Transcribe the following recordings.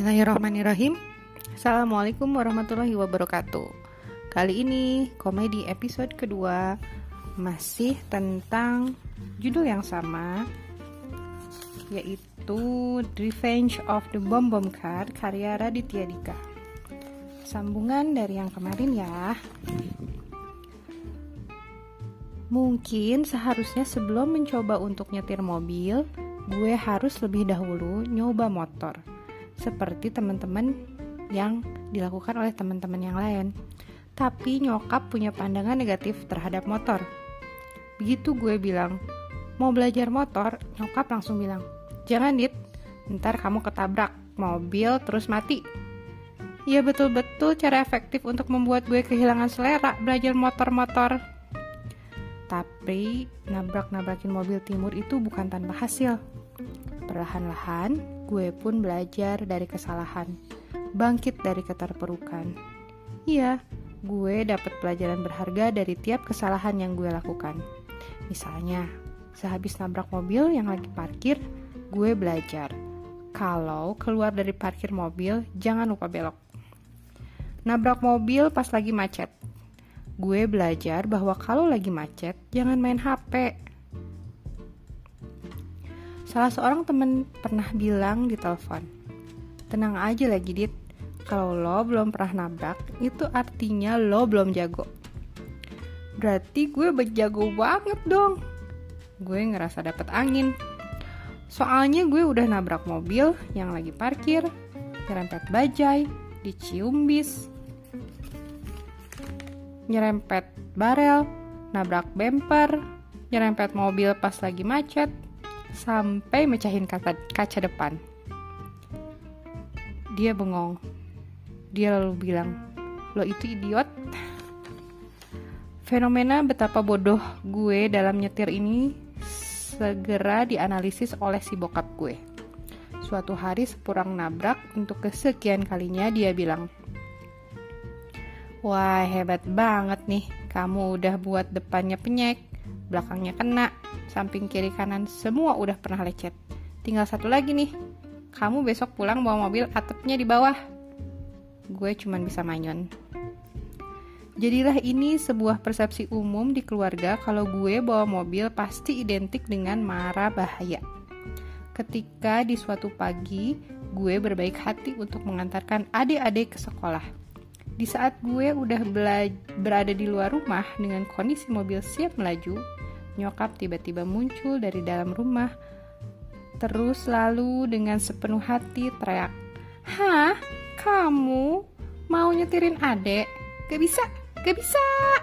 Bismillahirrahmanirrahim. Assalamualaikum warahmatullahi wabarakatuh. Kali ini komedi episode kedua, masih tentang judul yang sama, yaitu Revenge of the Bom Bom Cat karya Raditya Dika. Sambungan dari yang kemarin ya. Mungkin seharusnya sebelum mencoba untuk nyetir mobil, gue harus lebih dahulu nyoba motor, seperti teman-teman yang dilakukan oleh teman-teman yang lain. Tapi nyokap punya pandangan negatif terhadap motor. Begitu gue bilang, mau belajar motor, nyokap langsung bilang, jangan Dit, ntar kamu ketabrak mobil terus mati. Ya betul-betul cara efektif untuk membuat gue kehilangan selera belajar motor-motor. Tapi nabrak-nabrakin mobil Timur itu bukan tanpa hasil. Perlahan-lahan gue pun belajar dari kesalahan, bangkit dari keterpurukan. Iya, gue dapat pelajaran berharga dari tiap kesalahan yang gue lakukan. Misalnya, sehabis nabrak mobil yang lagi parkir, gue belajar kalau keluar dari parkir mobil jangan lupa belok. Nabrak mobil pas lagi macet, gue belajar bahwa kalau lagi macet jangan main HP. Salah seorang temen pernah bilang di telepon, tenang aja lagi Dit, kalau lo belum pernah nabrak, itu artinya lo belum jago. Berarti gue jago banget dong. Gue ngerasa dapet angin. Soalnya gue udah nabrak mobil yang lagi parkir, nyerempet bajai, dicium bis, nyerempet barel, nabrak bemper, nyerempet mobil pas lagi macet, sampai mecahin kaca depan. Dia bengong. Dia lalu bilang, lo itu idiot. Fenomena betapa bodoh gue dalam nyetir ini segera dianalisis oleh si bokap gue. Suatu hari sepulang nabrak untuk kesekian kalinya dia bilang, wah hebat banget nih, kamu udah buat depannya penyek, belakangnya kena, samping kiri kanan semua udah pernah lecet. Tinggal satu lagi nih, kamu besok pulang bawa mobil atapnya di bawah. Gue cuman bisa manyon. Jadilah ini sebuah persepsi umum di keluarga kalau gue bawa mobil pasti identik dengan mara bahaya. Ketika di suatu pagi, gue berbaik hati untuk mengantarkan adik-adik ke sekolah. Di saat gue udah berada di luar rumah dengan kondisi mobil siap melaju, nyokap tiba-tiba muncul dari dalam rumah, terus lalu dengan sepenuh hati teriak, hah? Kamu mau nyetirin adek? Gak bisa, gak bisa.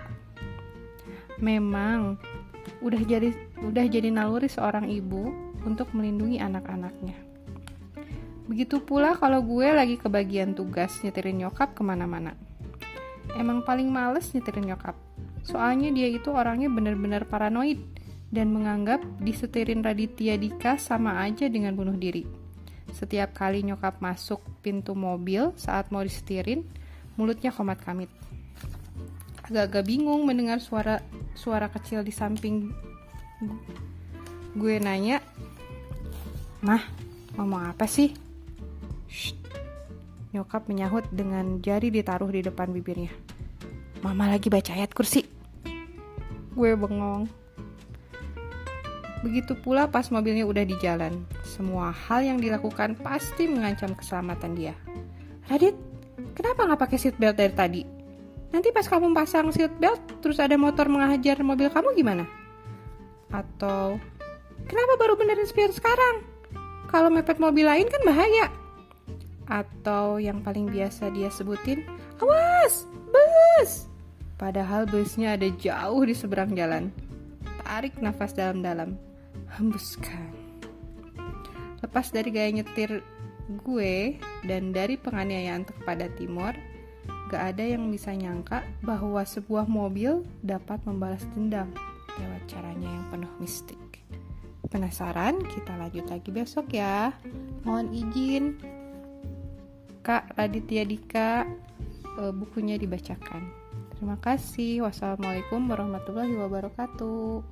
Memang udah jadi naluri seorang ibu untuk melindungi anak-anaknya. Begitu pula kalau gue lagi kebagian tugas nyetirin nyokap kemana-mana. Emang paling males nyetirin nyokap. Soalnya dia itu orangnya benar-benar paranoid dan menganggap disetirin Raditya Dika sama aja dengan bunuh diri. Setiap kali nyokap masuk pintu mobil saat mau disetirin, mulutnya komat-kamit. Agak-agak bingung mendengar suara kecil di samping. Gue nanya, Mah, ngomong apa sih? Shh. Nyokap menyahut dengan jari ditaruh di depan bibirnya. Mama lagi baca ayat kursi. Gue bengong. Begitu pula pas mobilnya udah di jalan. Semua hal yang dilakukan pasti mengancam keselamatan dia. Radit, kenapa gak pakai seatbelt dari tadi? Nanti pas kamu pasang seatbelt terus ada motor menghajar mobil kamu gimana? Atau, kenapa baru benerin spion sekarang? Kalau mepet mobil lain kan bahaya. Atau yang paling biasa dia sebutin, awas, bus! Padahal busnya ada jauh di seberang jalan. Tarik nafas dalam-dalam, hembuskan. Lepas dari gaya nyetir gue dan dari penganiayaan kepada Timur, gak ada yang bisa nyangka bahwa sebuah mobil dapat membalas dendam lewat caranya yang penuh mistik. Penasaran? Kita lanjut lagi besok ya. Mohon izin Kak Raditya Dika, bukunya dibacakan. Terima kasih. Wassalamualaikum warahmatullahi wabarakatuh.